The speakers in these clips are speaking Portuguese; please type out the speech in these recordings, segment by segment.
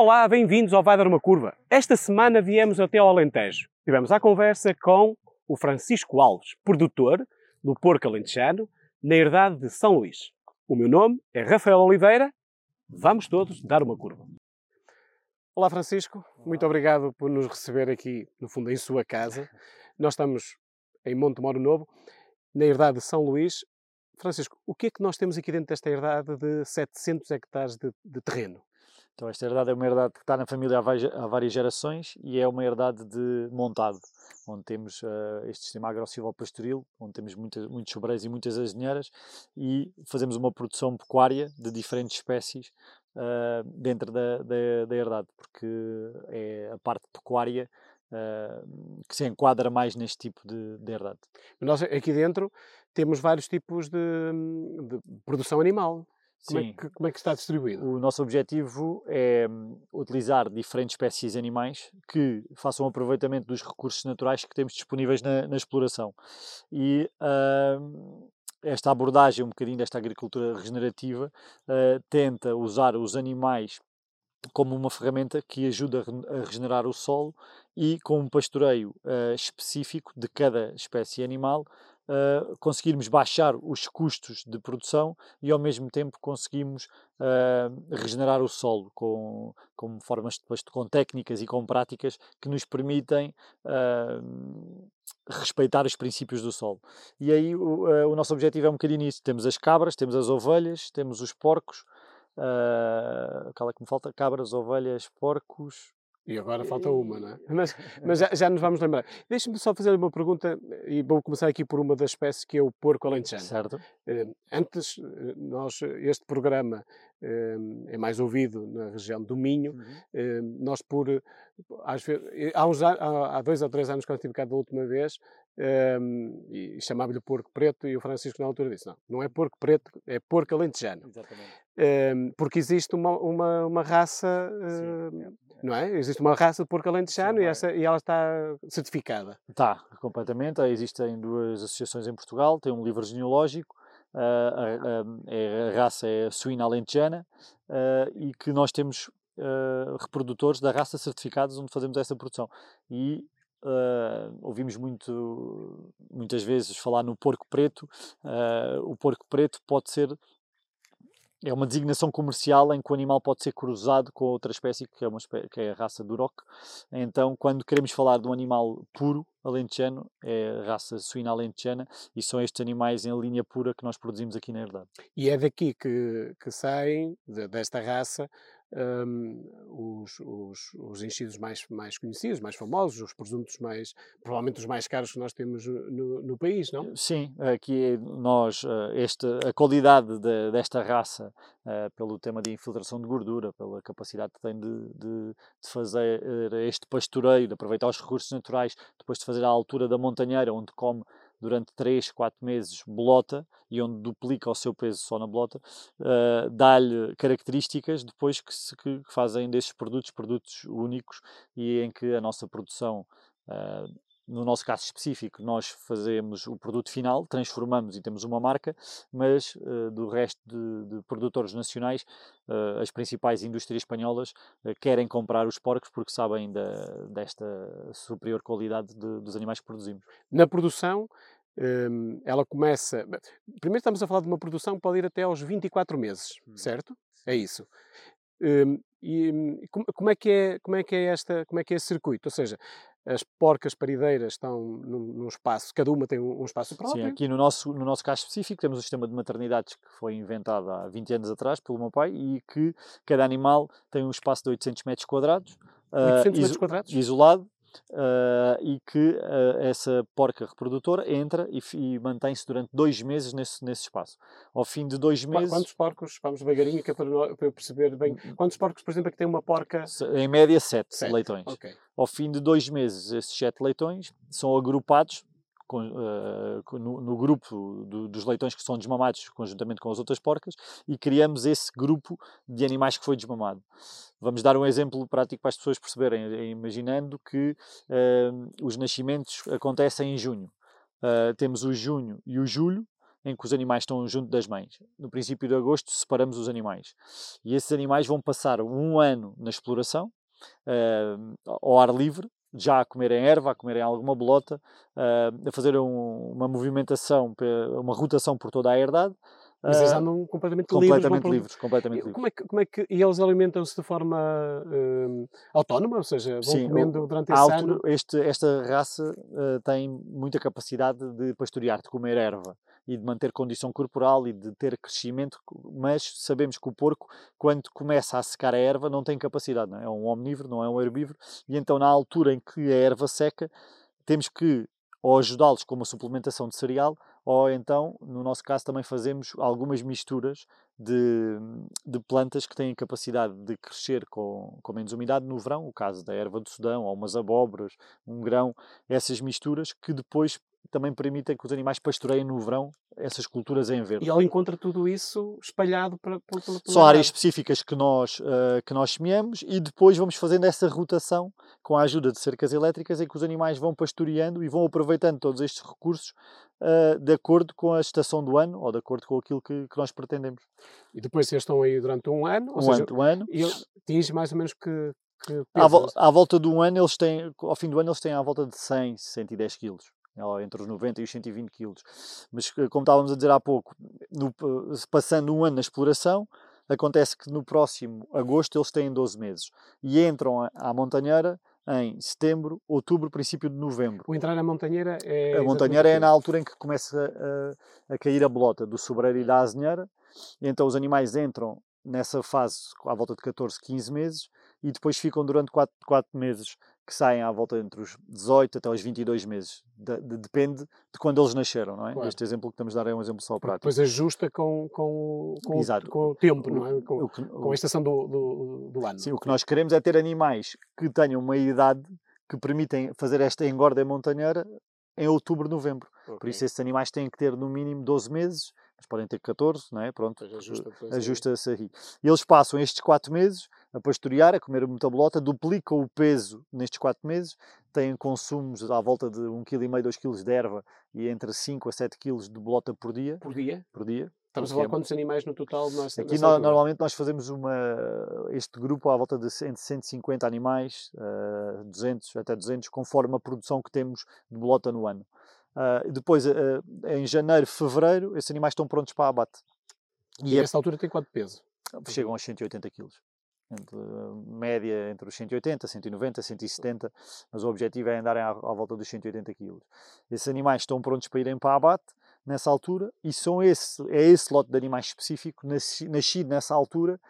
Olá, bem-vindos ao Vai Dar Uma Curva. Esta semana viemos até ao Alentejo. Tivemos a conversa com o Francisco Alves, produtor do porco alentejano, na herdade de São Luís. O meu nome é Rafael Oliveira. Vamos todos dar uma curva. Olá, Francisco. Muito obrigado por nos receber aqui, no fundo, em sua casa. Nós estamos em Monte Moro Novo, na herdade de São Luís. Francisco, o que é que nós temos aqui dentro desta herdade de 700 hectares de terreno? Então esta herdade é uma herdade que está na família há várias gerações e é uma herdade de montado, onde temos este sistema agrossilvopastoril, onde temos muitos sobreiros e muitas azinheiras e fazemos uma produção pecuária de diferentes espécies dentro da herdade, porque é a parte pecuária que se enquadra mais neste tipo de herdade. Nós aqui dentro temos vários tipos de produção animal. Como é que está distribuído? O nosso objetivo é utilizar diferentes espécies animais que façam aproveitamento dos recursos naturais que temos disponíveis na exploração. E esta abordagem, um bocadinho desta agricultura regenerativa, tenta usar os animais como uma ferramenta que ajuda a regenerar o solo e com um pastoreio específico de cada espécie animal, conseguirmos baixar os custos de produção e ao mesmo tempo conseguimos regenerar o solo com formas depois com técnicas e com práticas que nos permitem respeitar os princípios do solo. E aí o nosso objetivo é um bocadinho isso. Temos as cabras, temos as ovelhas, temos os porcos, qual é que me falta? Cabras, ovelhas, porcos. E agora falta uma, não é? Mas já nos vamos lembrar. Deixa-me só fazer uma pergunta e vou começar aqui por uma das espécies que é o porco alentejano. Certo. Antes, este programa é mais ouvido na região do Minho. Nós às vezes, há 2 ou 3 anos que eu estive cá da última vez, e chamava-lhe porco preto e o Francisco na altura disse, não é porco preto, é porco alentejano. Exatamente. Porque existe uma raça... não é? Existe uma raça de porco alentejano e ela está certificada. Está, completamente. Existem 2 associações em Portugal, tem um livro genealógico, a raça é a suína alentejana e que nós temos reprodutores da raça certificados onde fazemos essa produção. E ouvimos muitas vezes falar no porco preto. O porco preto é uma designação comercial em que o animal pode ser cruzado com outra espécie, que é a raça Duroc. Então, quando queremos falar de um animal puro, alentejano, é a raça suína alentejana, e são estes animais em linha pura que nós produzimos aqui na herdade. E é daqui que saem, desta raça, os enchidos mais conhecidos, mais famosos, os presuntos provavelmente os mais caros que nós temos no país, não? Sim, aqui a qualidade desta raça, pelo tema de infiltração de gordura, pela capacidade que tem de fazer este pastoreio, de aproveitar os recursos naturais, depois de fazer à altura da montanheira, onde come durante 3, 4 meses bolota e onde duplica o seu peso só na bolota, dá-lhe características depois que fazem destes produtos únicos e em que a nossa produção, no nosso caso específico, nós fazemos o produto final, transformamos e temos uma marca, mas do resto de produtores nacionais, as principais indústrias espanholas querem comprar os porcos porque sabem desta superior qualidade dos animais que produzimos. Na produção, ela começa... Primeiro estamos a falar de uma produção que pode ir até aos 24 meses, certo? É isso. E como é que é esse circuito? Ou seja, as porcas parideiras estão num espaço, cada uma tem um espaço próprio? Sim, aqui no nosso caso específico temos um sistema de maternidades que foi inventado há 20 anos atrás pelo meu pai e que cada animal tem um espaço de 800 metros quadrados, 800 metros quadrados? Isolado, e que essa porca reprodutora entra e mantém-se durante 2 meses nesse espaço. Ao fim de 2 meses... Quantos porcos, vamos devagarinho, que é para eu perceber bem, quantos porcos, por exemplo, é que tem uma porca? Em média 7 leitões. Okay. Ao fim de 2 meses, esses 7 leitões são agrupados no grupo dos leitões que são desmamados conjuntamente com as outras porcas e criamos esse grupo de animais que foi desmamado. Vamos dar um exemplo prático para as pessoas perceberem, imaginando que os nascimentos acontecem em junho. Temos o junho e o julho, em que os animais estão junto das mães. No princípio de agosto separamos os animais. E esses animais vão passar um ano na exploração, ao ar livre, já a comerem erva, a comerem alguma bolota, a fazer uma movimentação, uma rotação por toda a herdade. Mas eles andam completamente livres. Completamente livres. E eles alimentam-se de forma autónoma? Ou seja, vão Sim, comendo durante esse ano? Esta raça tem muita capacidade de pastorear, de comer erva e de manter condição corporal e de ter crescimento, mas sabemos que o porco, quando começa a secar a erva, não tem capacidade, não é? É um omnívoro, não é um herbívoro, e então na altura em que a erva seca, temos que ou ajudá-los com uma suplementação de cereal, ou então, no nosso caso, também fazemos algumas misturas de plantas que têm capacidade de crescer com menos umidade no verão, o caso da erva do Sudão, ou umas abóboras, um grão, essas misturas que depois também permitem que os animais pastoreiem no verão essas culturas em verde. E ele encontra tudo isso espalhado pela São áreas específicas que nós semeamos e depois vamos fazendo essa rotação com a ajuda de cercas elétricas em que os animais vão pastoreando e vão aproveitando todos estes recursos de acordo com a estação do ano ou de acordo com aquilo que nós pretendemos. E depois eles estão aí durante um ano? Um ano. E atinge mais ou menos que à volta de um ano, ao fim do ano, eles têm à volta de 100, 110 quilos. Entre os 90 e os 120 quilos. Mas, como estávamos a dizer há pouco, passando um ano na exploração, acontece que no próximo agosto eles têm 12 meses e entram à montanheira em setembro, outubro, princípio de novembro. O entrar na montanheira é... A montanheira é na altura em que começa a cair a bolota do sobreiro e da azinheira, e então os animais entram nessa fase à volta de 14, 15 meses e depois ficam durante 4 meses, que saem à volta entre os 18 até os 22 meses. Depende de quando eles nasceram, não é? Claro. Este exemplo que estamos a dar é um exemplo só prático. Depois ajusta com o tempo, não é? Com a estação do ano. Sim, o que nós queremos é ter animais que tenham uma idade que permitem fazer esta engorda montanheira em outubro, novembro. Okay. Por isso esses animais têm que ter no mínimo 12 meses, mas podem ter 14, não é? Pronto, ajusta-se aí. E eles passam estes 4 meses a pastorear, a comer muita bolota, duplicam o peso nestes 4 meses, têm consumos à volta de 1,5 kg, 2 kg de erva e entre 5 a 7 kg de bolota por dia. Por dia? Por dia. Estamos a falar quantos animais no total? Aqui normalmente nós fazemos este grupo à volta de entre 150 animais, 200, até 200, conforme a produção que temos de bolota no ano. Depois, em janeiro, fevereiro, esses animais estão prontos para abate. E a essa altura tem quanto peso? Chegam aos 180 kg. Média entre os 180, 190, 170, mas o objetivo é andarem à volta dos 180 kg. Esses animais estão prontos para irem para abate nessa altura e é esse lote de animais específico, nascido nessa altura,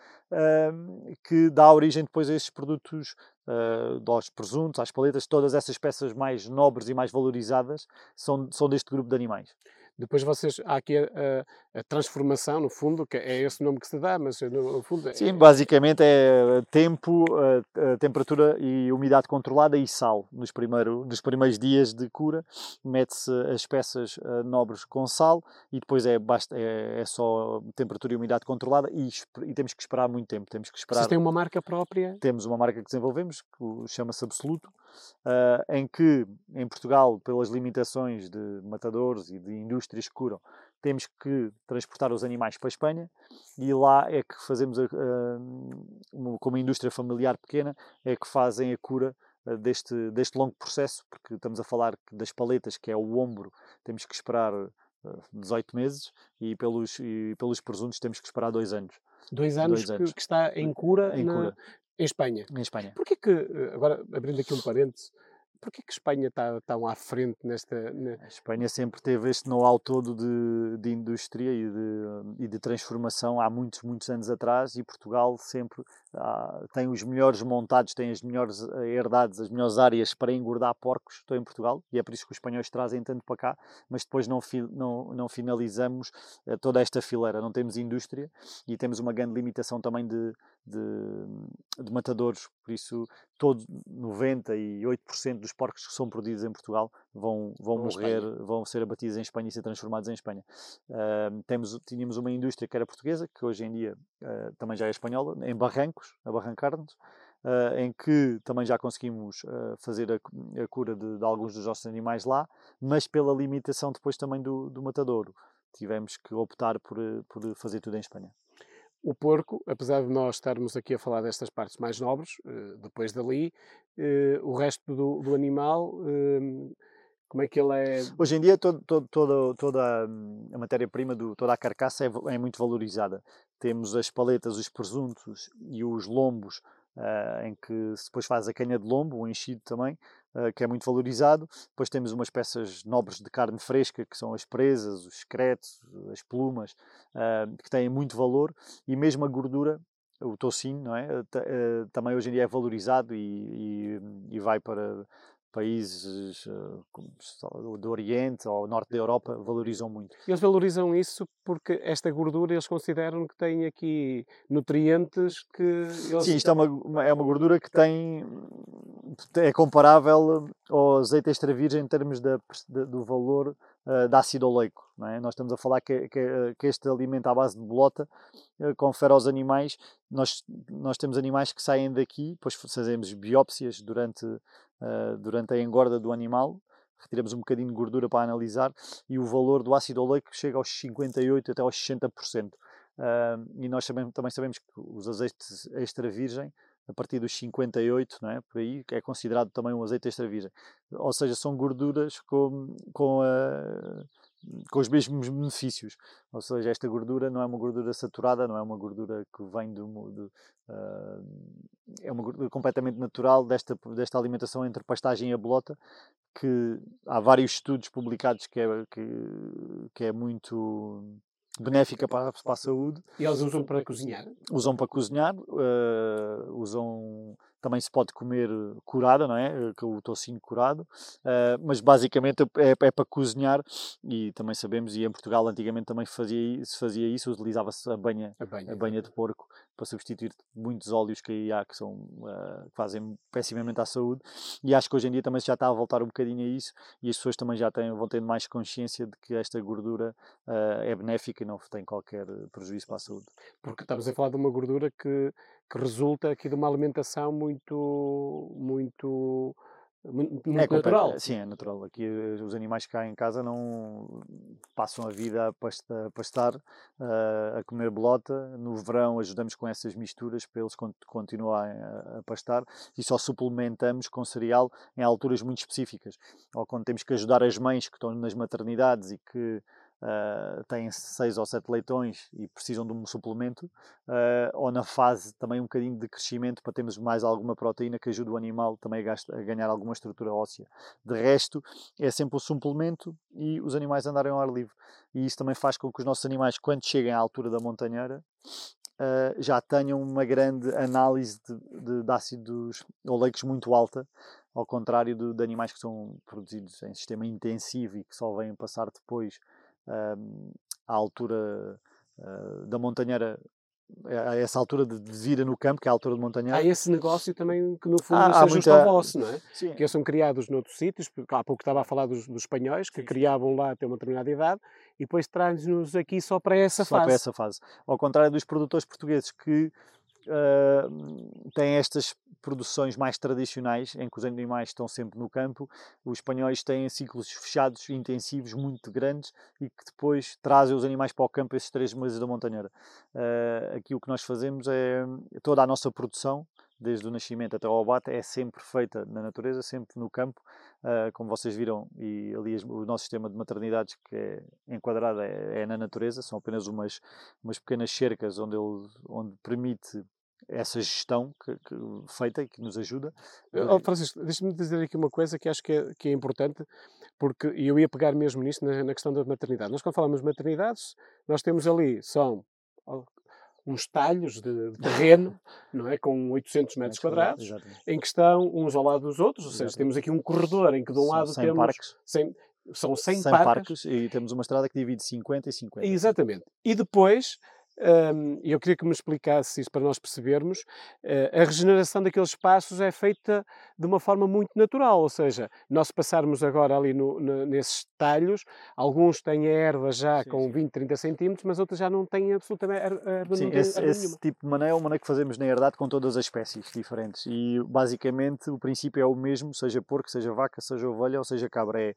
que dá origem depois a esses produtos, aos presuntos, às paletas, todas essas peças mais nobres e mais valorizadas são deste grupo de animais. Depois há aqui a transformação, no fundo, que é esse o nome que se dá, mas no fundo... Sim, basicamente é tempo, temperatura e umidade controlada e sal. Nos primeiros dias de cura, mete-se as peças nobres com sal e depois é só temperatura e umidade controlada e temos que esperar muito tempo. Vocês têm uma marca própria? Temos uma marca que desenvolvemos, que chama-se Absoluto, em que, em Portugal, pelas limitações de matadores e de indústrias que curam, temos que transportar os animais para a Espanha e lá é que fazemos, como uma indústria familiar pequena, é que fazem a cura deste longo processo, porque estamos a falar das paletas, que é o ombro, temos que esperar 18 meses e pelos presuntos temos que esperar 2 anos. 2 anos que está em cura em Espanha. Em Espanha. Porquê que, agora abrindo aqui um parênteses, porquê que a Espanha está tão à frente nesta... A Espanha sempre teve este know-how todo de indústria e de transformação há muitos, muitos anos atrás e Portugal sempre tem os melhores montados, tem as melhores herdades, as melhores áreas para engordar porcos, estou em Portugal, e é por isso que os espanhóis trazem tanto para cá, mas depois não finalizamos toda esta fileira, não temos indústria e temos uma grande limitação também de matadores, por isso 98% dos porcos que são produzidos em Portugal vão morrer, vão ser abatidos em Espanha e ser transformados em Espanha. Tínhamos uma indústria que era portuguesa, que hoje em dia também já é espanhola, em Barrancos, a Barrancarnes, em que também já conseguimos fazer a cura de alguns dos nossos animais lá, mas pela limitação depois também do matadouro. tivemos que optar por fazer tudo em Espanha. O porco, apesar de nós estarmos aqui a falar destas partes mais nobres, depois dali, o resto do animal, como é que ele é? Hoje em dia toda a matéria-prima, toda a carcaça é muito valorizada. Temos as paletas, os presuntos e os lombos, em que se depois faz a canha de lombo, o enchido também, que é muito valorizado. Depois temos umas peças nobres de carne fresca, que são as presas, os excretos, as plumas, que têm muito valor, e mesmo a gordura, o toucinho, não é? Também hoje em dia é valorizado e vai para países do Oriente ou Norte da Europa, valorizam muito. Eles valorizam isso porque esta gordura eles consideram que tem aqui nutrientes que eles... Sim, isto é uma gordura que é comparável ao azeite extra virgem em termos do valor de ácido oleico. Não é? Nós estamos a falar que este alimento à base de bolota confere aos animais. Nós temos animais que saem daqui, depois fazemos biópsias durante a engorda do animal, retiramos um bocadinho de gordura para analisar, e o valor do ácido oleico chega aos 58% até aos 60%. E nós também sabemos que os azeites extra virgem, a partir dos 58, não é? Por aí, é considerado também um azeite extra virgem. Ou seja, são gorduras com os mesmos benefícios. Ou seja, esta gordura não é uma gordura saturada, não é uma gordura que vem é uma gordura completamente natural desta alimentação entre pastagem e a bolota, que há vários estudos publicados que é muito benéfica para a saúde. E eles usam para cozinhar? Usam para cozinhar, também se pode comer curada, não é? O toucinho curado, mas basicamente é para cozinhar, e também sabemos, e em Portugal antigamente também se fazia isso, utilizava-se a banha de porco para substituir muitos óleos que aí há que fazem pessimamente à saúde, e acho que hoje em dia também se já está a voltar um bocadinho a isso, e as pessoas também vão tendo mais consciência de que esta gordura é benéfica e não tem qualquer prejuízo para a saúde. Porque estamos a falar de uma gordura que resulta aqui de uma alimentação muito natural. Sim, é natural. Aqui os animais que cá em casa não passam a vida a pastar, a comer bolota. No verão ajudamos com essas misturas para eles continuarem a pastar, e só suplementamos com cereal em alturas muito específicas. Ou quando temos que ajudar as mães que estão nas maternidades e que têm 6 ou 7 leitões e precisam de um suplemento, ou na fase também um bocadinho de crescimento, para termos mais alguma proteína que ajude o animal também a ganhar alguma estrutura óssea. De resto, é sempre o suplemento e os animais andarem ao ar livre. E isso também faz com que os nossos animais, quando cheguem à altura da montanheira, já tenham uma grande análise de ácidos oleicos muito alta, ao contrário de animais que são produzidos em sistema intensivo e que só vêm passar depois à altura da montanheira, a essa altura de vida no campo, que é a altura de montanheira. Há esse negócio também que, no fundo, se ajusta ao vosso, não é? Sim. Que eles são criados noutros sítios, porque há pouco estava a falar dos espanhóis, que criavam lá até uma determinada idade, e depois traz-nos aqui só para essa fase. Só para essa fase. Ao contrário dos produtores portugueses, que têm estas produções mais tradicionais, em que os animais estão sempre no campo. Os espanhóis têm ciclos fechados, intensivos, muito grandes, e que depois trazem os animais para o campo esses 3 meses da montanheira. Aqui o que nós fazemos é toda a nossa produção, desde o nascimento até ao abate, é sempre feita na natureza, sempre no campo, como vocês viram, e ali o nosso sistema de maternidades que é enquadrado é na natureza, são apenas umas pequenas cercas onde permite essa gestão feita e que nos ajuda. Francisco, deixa-me dizer aqui uma coisa que acho que é importante, porque eu ia pegar mesmo nisto na questão da maternidade. Nós, quando falamos de maternidades, nós temos ali, são uns talhos de terreno, não é? Com 800 metros quadrados, em que estão uns ao lado dos outros, ou seja, temos aqui um corredor em que de um lado temos... parques. São 100 parques, e temos uma estrada que divide 50 e 50. Exatamente. E depois, eu queria que me explicasse isso para nós percebermos, a regeneração daqueles espaços é feita de uma forma muito natural, ou seja, nós passarmos agora ali nesses talhos, alguns têm a erva já com 20, 30 centímetros, mas outros já não têm absolutamente erva. Sim, esse tipo de maneio é o maneio que fazemos na herdade com todas as espécies diferentes, e basicamente o princípio é o mesmo, seja porco, seja vaca, seja ovelha ou seja cabra.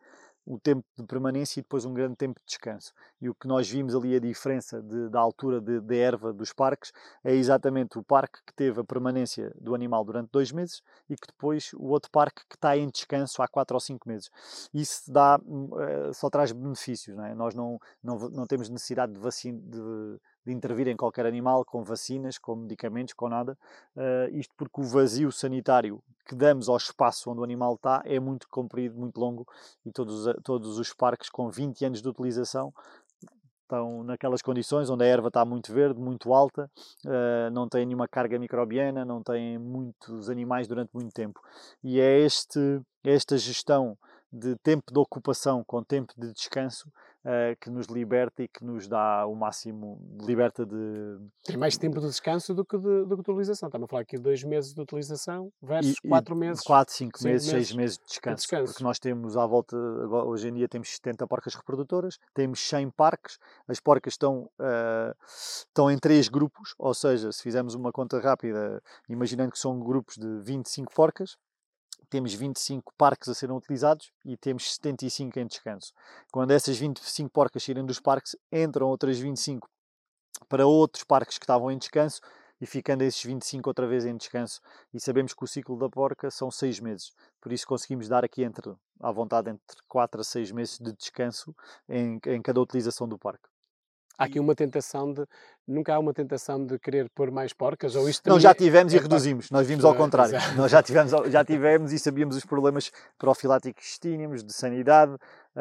o tempo de permanência e depois um grande tempo de descanso. E o que nós vimos ali, a diferença da altura de erva dos parques, é exatamente o parque que teve a permanência do animal durante 2 meses e que depois o outro parque que está em descanso há 4 ou 5 meses. Isso só traz benefícios, não é? Nós não temos necessidade de intervir em qualquer animal com vacinas, com medicamentos, com nada. Isto porque o vazio sanitário que damos ao espaço onde o animal está é muito comprido, muito longo, e todos os parques com 20 anos de utilização estão naquelas condições onde a erva está muito verde, muito alta, não tem nenhuma carga microbiana, não tem muitos animais durante muito tempo. E é esta gestão de tempo de ocupação com tempo de descanso que nos liberta e que nos dá o máximo, liberta de... Tem mais tempo de descanso do que de utilização. Estamos a falar aqui de 2 meses de utilização E, versus e 4 meses, 4, 5 5 meses, 6 meses meses de de descanso, descanso. porque nós temos à volta, hoje em dia temos 70 porcas reprodutoras, temos 100 parques, as porcas estão em 3 grupos, ou seja, se fizermos uma conta rápida, imaginando que são grupos de 25 porcas, temos 25 parques a serem utilizados e temos 75 em descanso. Quando essas 25 porcas saírem dos parques, entram outras 25 para outros parques que estavam em descanso e ficando esses 25 outra vez em descanso. E sabemos que o ciclo da porca são 6 meses. Por isso conseguimos dar aqui à vontade entre 4 a 6 meses de descanso em cada utilização do parque. Há aqui uma tentação de... Nunca há uma tentação de querer pôr mais porcas? Ou isto Não, também já tivemos e parte... reduzimos. Nós vimos ao contrário. Exato. Nós já tivemos e sabíamos os problemas profiláticos que tínhamos, de sanidade.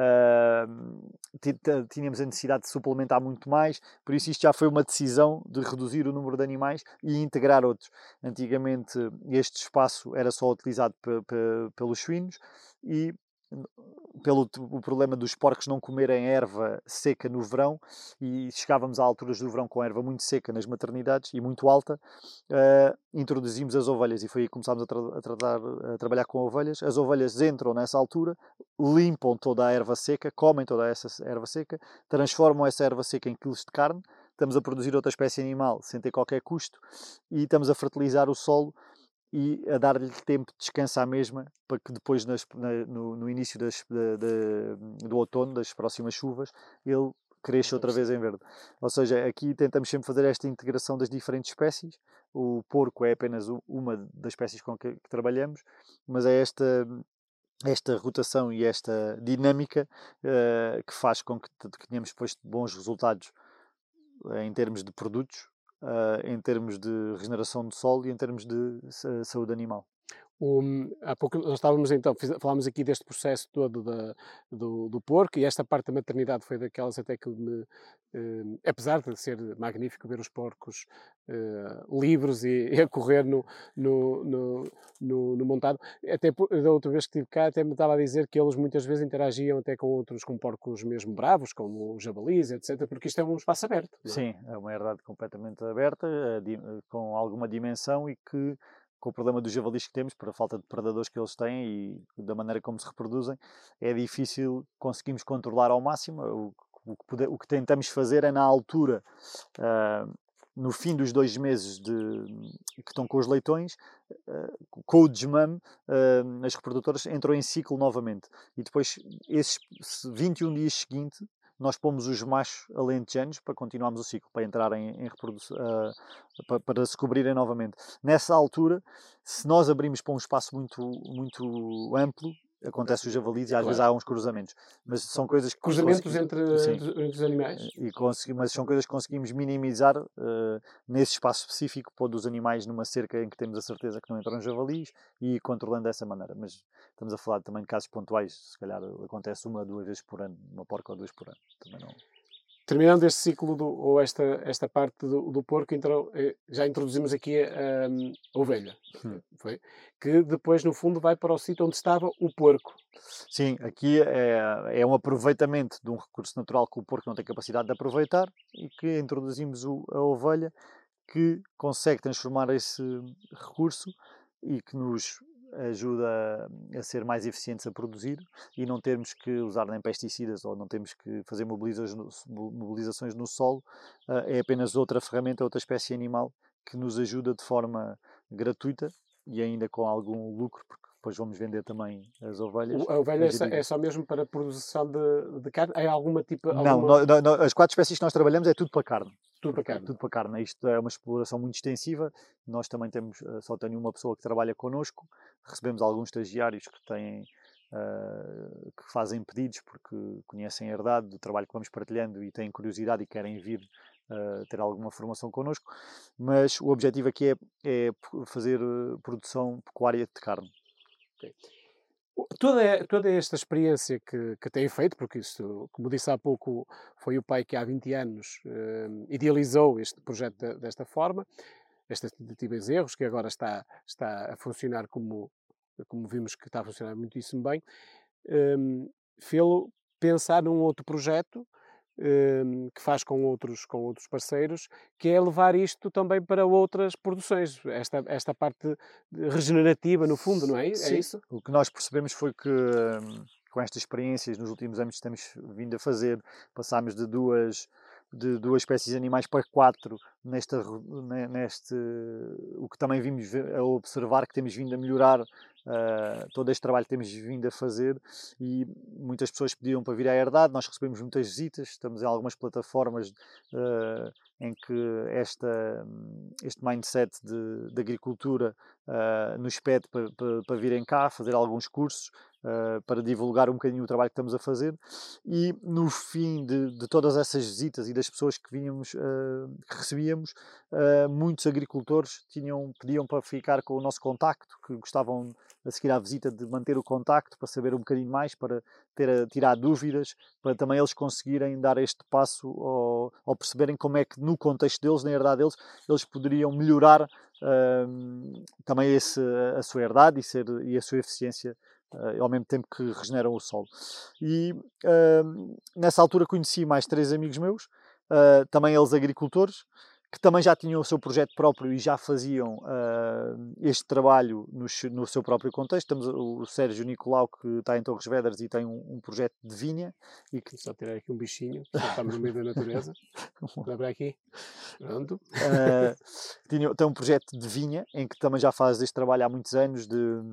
Tínhamos a necessidade de suplementar muito mais. Por isso isto já foi uma decisão de reduzir o número de animais e integrar outros. Antigamente este espaço era só utilizado pelos suínos e pelo o problema dos porcos não comerem erva seca no verão, e chegávamos a alturas do verão com erva muito seca nas maternidades e muito alta, introduzimos as ovelhas e foi aí que começámos a trabalhar com ovelhas. As ovelhas entram nessa altura, limpam toda a erva seca, comem toda essa erva seca, transformam essa erva seca em quilos de carne, estamos a produzir outra espécie animal sem ter qualquer custo e estamos a fertilizar o solo e a dar-lhe tempo de descanso à mesma, para que depois, no início do outono, das próximas chuvas, ele cresça outra vez em verde. Ou seja, aqui tentamos sempre fazer esta integração das diferentes espécies. O porco é apenas uma das espécies com que trabalhamos, mas é esta rotação e esta dinâmica que faz com que tenhamos depois bons resultados em termos de produtos, em termos de regeneração do solo e em termos de saúde animal. Há pouco nós estávamos então, falámos aqui deste processo todo do porco, e esta parte da maternidade foi daquelas até que me, apesar de ser magnífico ver os porcos livres e a correr no montado, até da outra vez que estive cá até me estava a dizer que eles muitas vezes interagiam até com porcos mesmo bravos, como os jabalis, etc., porque isto é um espaço aberto. Não é? Sim, é uma herdade completamente aberta, com alguma dimensão e que, com o problema dos javalis que temos, por a falta de predadores que eles têm e da maneira como se reproduzem, é difícil conseguirmos controlar ao máximo. O que tentamos fazer é, na altura, no fim dos 2 meses que estão com os leitões, com o desmame, as reprodutoras entram em ciclo novamente. E depois, esses 21 dias seguintes, nós pomos os machos alentejanos para continuarmos o ciclo, para entrarem em reprodução, para se cobrirem novamente. Nessa altura, se nós abrimos para um espaço muito, muito amplo, acontece os javalis e às vezes há uns cruzamentos. Mas são coisas que Cruzamentos entre os animais. Mas são coisas que conseguimos minimizar nesse espaço específico, pondo os animais numa cerca em que temos a certeza que não entram javalis e controlando dessa maneira. Mas estamos a falar também de casos pontuais, se calhar acontece 1 ou 2 vezes por ano, uma porca ou 2 por ano. Também não... Terminando este ciclo, ou esta parte do porco, então, já introduzimos aqui a ovelha, foi? Que depois, no fundo, vai para o sítio onde estava o porco. Sim, aqui é um aproveitamento de um recurso natural que o porco não tem capacidade de aproveitar e que introduzimos a ovelha, que consegue transformar esse recurso e que nos ajuda a ser mais eficientes a produzir e não termos que usar nem pesticidas ou não temos que fazer mobilizações no solo. É apenas outra ferramenta, outra espécie animal que nos ajuda de forma gratuita e ainda com algum lucro, porque depois vamos vender também as ovelhas. A ovelha é só mesmo para produção de carne? É alguma tipo... Não, as 4 espécies que nós trabalhamos é tudo para carne. Tudo para carne. Tudo para carne. Isto é uma exploração muito extensiva. Nós também temos, só tenho uma pessoa que trabalha connosco. Recebemos alguns estagiários que têm, que fazem pedidos porque conhecem a herdade do trabalho que vamos partilhando e têm curiosidade e querem vir ter alguma formação connosco. Mas o objetivo aqui é fazer produção pecuária de carne. Okay. Toda esta experiência que tem feito, porque isso, como disse há pouco, foi o pai que há 20 anos idealizou este projeto desta forma, estas tentativas e erros, que agora está a funcionar como vimos que está a funcionar muitíssimo bem, fê-lo pensar num outro projeto que faz com outros parceiros, que é levar isto também para outras produções, esta parte regenerativa, no fundo, não é? Sim. É isso? O que nós percebemos foi que, com estas experiências nos últimos anos que temos vindo a fazer, passámos de duas espécies de animais para 4 o que também vimos a observar, que temos vindo a melhorar todo este trabalho que temos vindo a fazer, e muitas pessoas pediam para vir à herdade. Nós recebemos muitas visitas, estamos em algumas plataformas em que este mindset de agricultura nos pede para virem cá fazer alguns cursos para divulgar um bocadinho o trabalho que estamos a fazer. E no fim de todas essas visitas e das pessoas que vínhamos, que recebíamos, muitos agricultores pediam para ficar com o nosso contacto, que gostavam, a seguir à visita, de manter o contacto para saber um bocadinho mais, para tirar dúvidas, para também eles conseguirem dar este passo ou perceberem como é que, no contexto deles, na herdade deles, eles poderiam melhorar também a sua herdade e a sua eficiência, ao mesmo tempo que regeneram o solo. E nessa altura conheci mais 3 amigos meus, também eles agricultores, que também já tinham o seu projeto próprio e já faziam este trabalho no seu próprio contexto. Temos o Sérgio Nicolau, que está em Torres Vedras e tem um projeto de vinha. E que... Só tirar aqui um bichinho, estamos no meio da natureza. Dá para aqui. Pronto. Tem um projeto de vinha, em que também já faz este trabalho há muitos anos de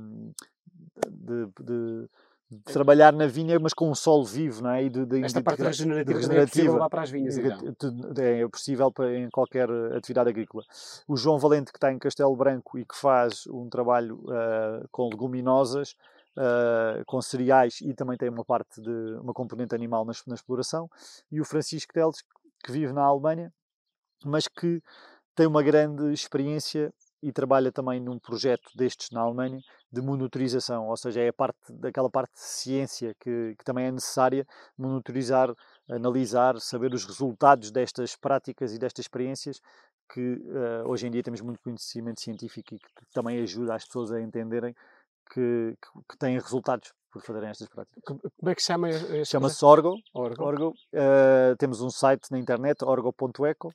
trabalhar na vinha, mas com um solo vivo, não é? Esta parte regenerativa também é possível levar para as vinhas, então. É possível em qualquer atividade agrícola. O João Valente, que está em Castelo Branco e que faz um trabalho com leguminosas, com cereais, e também tem uma componente animal na exploração. E o Francisco Teles, que vive na Alemanha, mas que tem uma grande experiência e trabalha também num projeto destes na Alemanha de monitorização, ou seja, é daquela parte de ciência que também é necessária, monitorizar, analisar, saber os resultados destas práticas e destas experiências, que hoje em dia temos muito conhecimento científico e que também ajuda as pessoas a entenderem que têm resultados por fazerem estas práticas. Como é que se chama este? Chama-se Orgo. Orgo. Temos um site na internet, orgo.eco.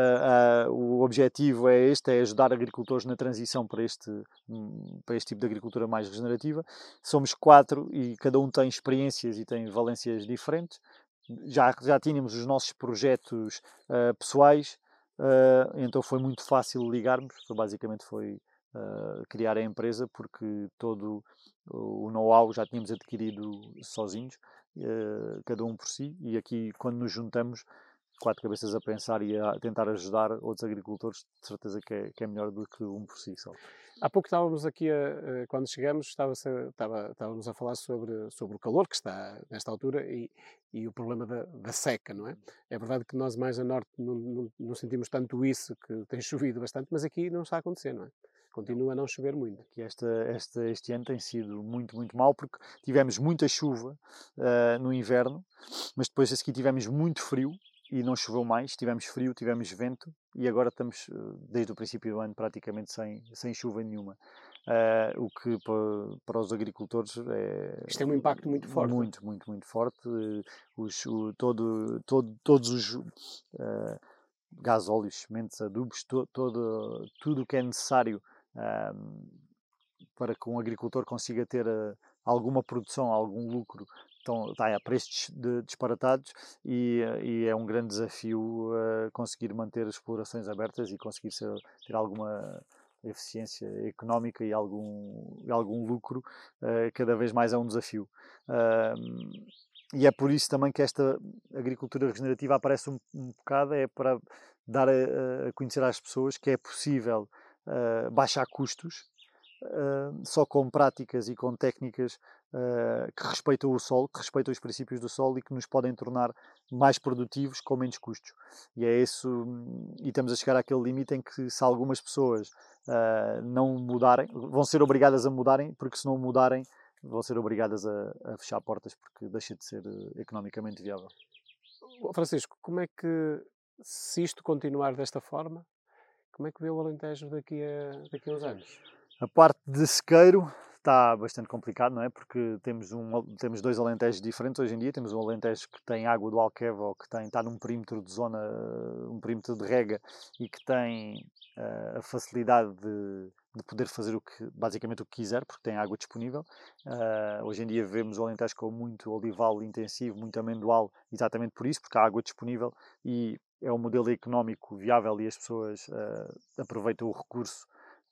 O objetivo é ajudar agricultores na transição para este tipo de agricultura mais regenerativa. Somos 4 e cada um tem experiências e tem valências diferentes. Já tínhamos os nossos projetos pessoais, então foi muito fácil ligarmos. Basicamente foi criar a empresa, porque todo o know-how já tínhamos adquirido sozinhos, cada um por si, e aqui, quando nos juntamos, 4 cabeças a pensar e a tentar ajudar outros agricultores, de certeza que é melhor do que um por si só. Há pouco estávamos aqui, quando chegamos, estávamos a falar sobre o calor que está nesta altura e o problema da seca, não é? É verdade que nós mais a norte não sentimos tanto isso, que tem chovido bastante, mas aqui não está a acontecer, não é? Continua a não chover muito. Aqui este ano tem sido muito, muito mau, porque tivemos muita chuva no inverno, mas depois a seguir tivemos muito frio e não choveu mais. Tivemos frio, tivemos vento, e agora estamos, desde o princípio do ano, praticamente sem chuva nenhuma. O que para os agricultores Isto tem um impacto muito forte. Muito, muito, muito forte. Todos os gasóleos, sementes, adubos, tudo o que é necessário para que um agricultor consiga ter alguma produção, algum lucro, está a preços disparatados, e é um grande desafio conseguir manter as explorações abertas e conseguir ter eficiência económica e algum lucro, cada vez mais é um desafio. E é por isso também que esta agricultura regenerativa aparece um bocado, é para dar a conhecer às pessoas que é possível baixar custos só com práticas e com técnicas que respeitam o solo, que respeitam os princípios do solo e que nos podem tornar mais produtivos com menos custos. E é isso, e estamos a chegar àquele limite em que se algumas pessoas não mudarem, vão ser obrigadas a mudarem, porque se não mudarem vão ser obrigadas a fechar portas porque deixa de ser economicamente viável. Francisco, como é que, se isto continuar desta forma, como é que vê o Alentejo daqui a uns anos? A parte de sequeiro está bastante complicado, não é? Porque temos dois Alentejos diferentes hoje em dia. Temos um Alentejo que tem água do Alqueva, ou que está num perímetro de zona, um perímetro de rega, e que tem a facilidade de poder fazer basicamente o que quiser, porque tem água disponível. Hoje em dia vemos o Alentejo com muito olival intensivo, muito amendoal, exatamente por isso, porque há água disponível e é um modelo económico viável e as pessoas aproveitam o recurso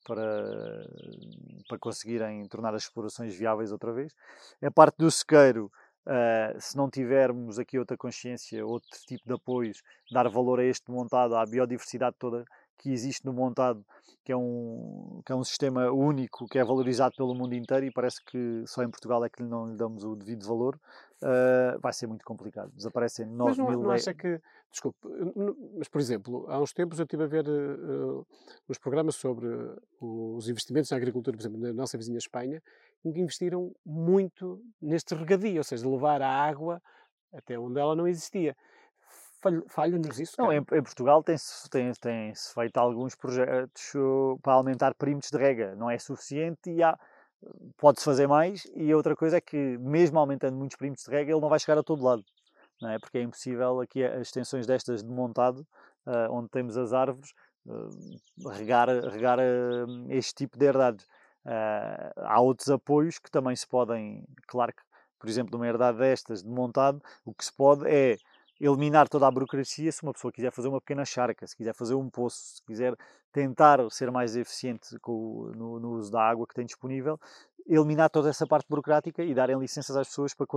para conseguirem tornar as explorações viáveis outra vez. A parte do sequeiro, se não tivermos aqui outra consciência, outro tipo de apoios, dar valor a este montado, à biodiversidade toda que existe no montado, que é um sistema único, que é valorizado pelo mundo inteiro e parece que só em Portugal é que não lhe damos o devido valor, vai ser muito complicado. Desaparecem Mas 9 não, mil... não acha que. Desculpe, mas por exemplo, há uns tempos eu estive a ver uns programas sobre os investimentos na agricultura, por exemplo, na nossa vizinha Espanha, em que investiram muito neste regadio, ou seja, de levar a água até onde ela não existia. Falha-nos isso, Não, cara? em Portugal tem-se feito alguns projetos para aumentar perímetros de rega. Não é suficiente e pode-se fazer mais. E a outra coisa é que, mesmo aumentando muitos perímetros de rega, ele não vai chegar a todo lado. Não é? Porque é impossível aqui as extensões destas de montado, onde temos as árvores, regar este tipo de herdades. Há outros apoios que também se podem, claro que, por exemplo, numa herdade destas de montado, o que se pode é eliminar toda a burocracia. Se uma pessoa quiser fazer uma pequena charca, se quiser fazer um poço, se quiser tentar ser mais eficiente no uso da água que tem disponível, eliminar toda essa parte burocrática e darem licenças às pessoas para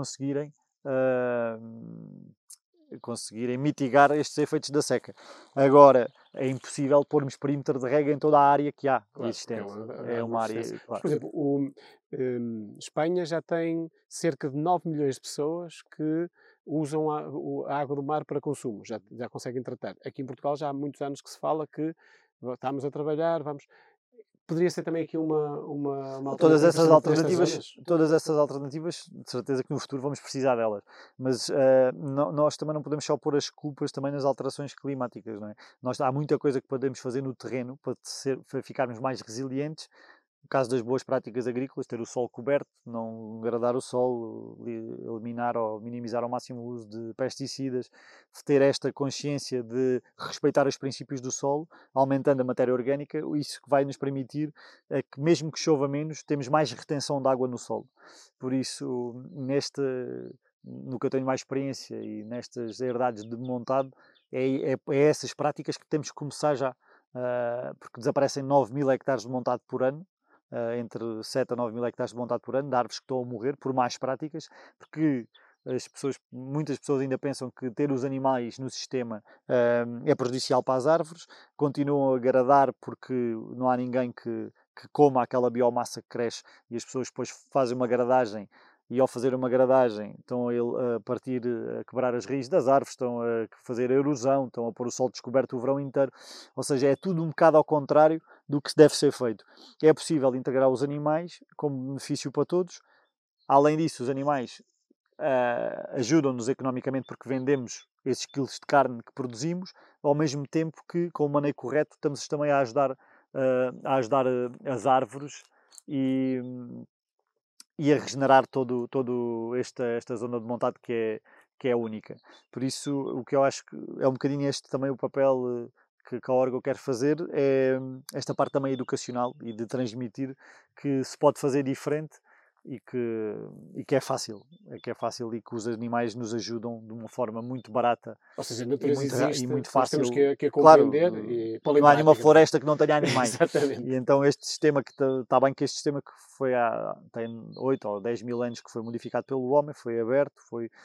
conseguirem mitigar estes efeitos da seca. Agora, é impossível pormos perímetro de rega em toda a área que há Claro, existente. é É uma uma área, existência. Mas, claro. por exemplo, Espanha já tem cerca de 9 milhões de pessoas que usam a água do mar para consumo, já conseguem tratar. Aqui em Portugal já há muitos anos que se fala que estamos a trabalhar, vamos. Poderia ser também aqui uma Todas alternativa, essas especialmente nestas alternativas, zonas? todas essas alternativas, de certeza que no futuro vamos precisar delas. Mas nós também não podemos só pôr as culpas também nas alterações climáticas, não é? Há muita coisa que podemos fazer no terreno para ficarmos mais resilientes. No caso das boas práticas agrícolas, ter o solo coberto, não degradar o solo, eliminar ou minimizar ao máximo o uso de pesticidas, ter esta consciência de respeitar os princípios do solo, aumentando a matéria orgânica, isso que vai nos permitir é que, mesmo que chova menos, temos mais retenção de água no solo. Por isso, no que eu tenho mais experiência e nestas herdades de montado, é essas práticas que temos que começar já, porque desaparecem 9 mil hectares de montado por ano, entre 7 a 9 mil hectares de montado por ano, de árvores que estão a morrer por más práticas, porque muitas pessoas ainda pensam que ter os animais no sistema é prejudicial para as árvores, continuam a agradar porque não há ninguém que coma aquela biomassa que cresce e as pessoas depois fazem uma gradagem e ao fazer uma gradagem estão a quebrar as raízes das árvores, estão a fazer erosão, estão a pôr o solo descoberto o verão inteiro, ou seja, é tudo um bocado ao contrário do que deve ser feito. É possível integrar os animais como benefício para todos. Além disso, os animais ajudam-nos economicamente porque vendemos esses quilos de carne que produzimos, ao mesmo tempo que, com o maneio correto, estamos também a ajudar as árvores e a regenerar todo esta zona de montado que é única. Por isso, o que eu acho que é um bocadinho este também o papel que a Orgo quer fazer, é esta parte também educacional e de transmitir que se pode fazer diferente e que é fácil, e que os animais nos ajudam de uma forma muito barata. Ou seja, a natureza e muito nós fácil. temos que a Claro, compreender e pô-la em não há nenhuma prática. floresta que não tenha animais. Exatamente. E então este sistema que está bem que este sistema que tem 8 ou 10 mil anos que foi modificado pelo homem, foi aberto,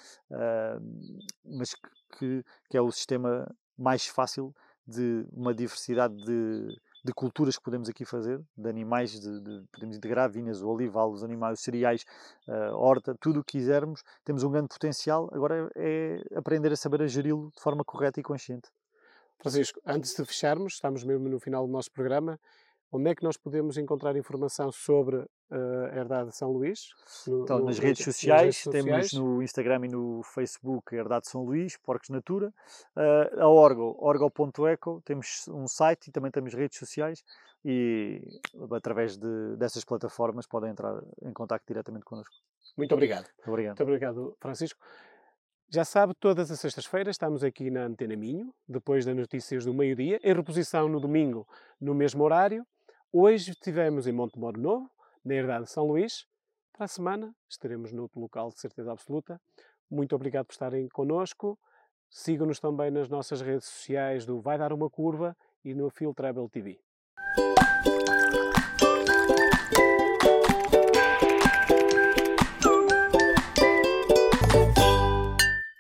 mas que é o sistema mais fácil de uma diversidade de culturas que podemos aqui fazer, de animais, podemos integrar vinhas, o olival, os animais, os cereais, horta, tudo o que quisermos, temos um grande potencial, agora é aprender a saber a geri-lo de forma correta e consciente. Francisco, antes de fecharmos, estamos mesmo no final do nosso programa, onde é que nós podemos encontrar informação sobre a Herdade de São Luís? Então, nas redes Nas redes sociais, temos sociais? no Instagram e no Facebook a Herdade de São Luís, Porcos Natura. A orgo.eco, temos um site e também temos redes sociais e através dessas plataformas podem entrar em contacto diretamente connosco. Muito obrigado. Obrigado. Muito obrigado, Francisco. Já sabe, todas as sextas-feiras estamos aqui na Antena Minho, depois das notícias do meio-dia, em reposição no domingo, no mesmo horário. Hoje estivemos em Montemoro Novo, na Herdade de São Luís. Para a semana estaremos noutro local, de certeza absoluta. Muito obrigado por estarem connosco. Sigam-nos também nas nossas redes sociais do Vai Dar Uma Curva e no Field Travel TV.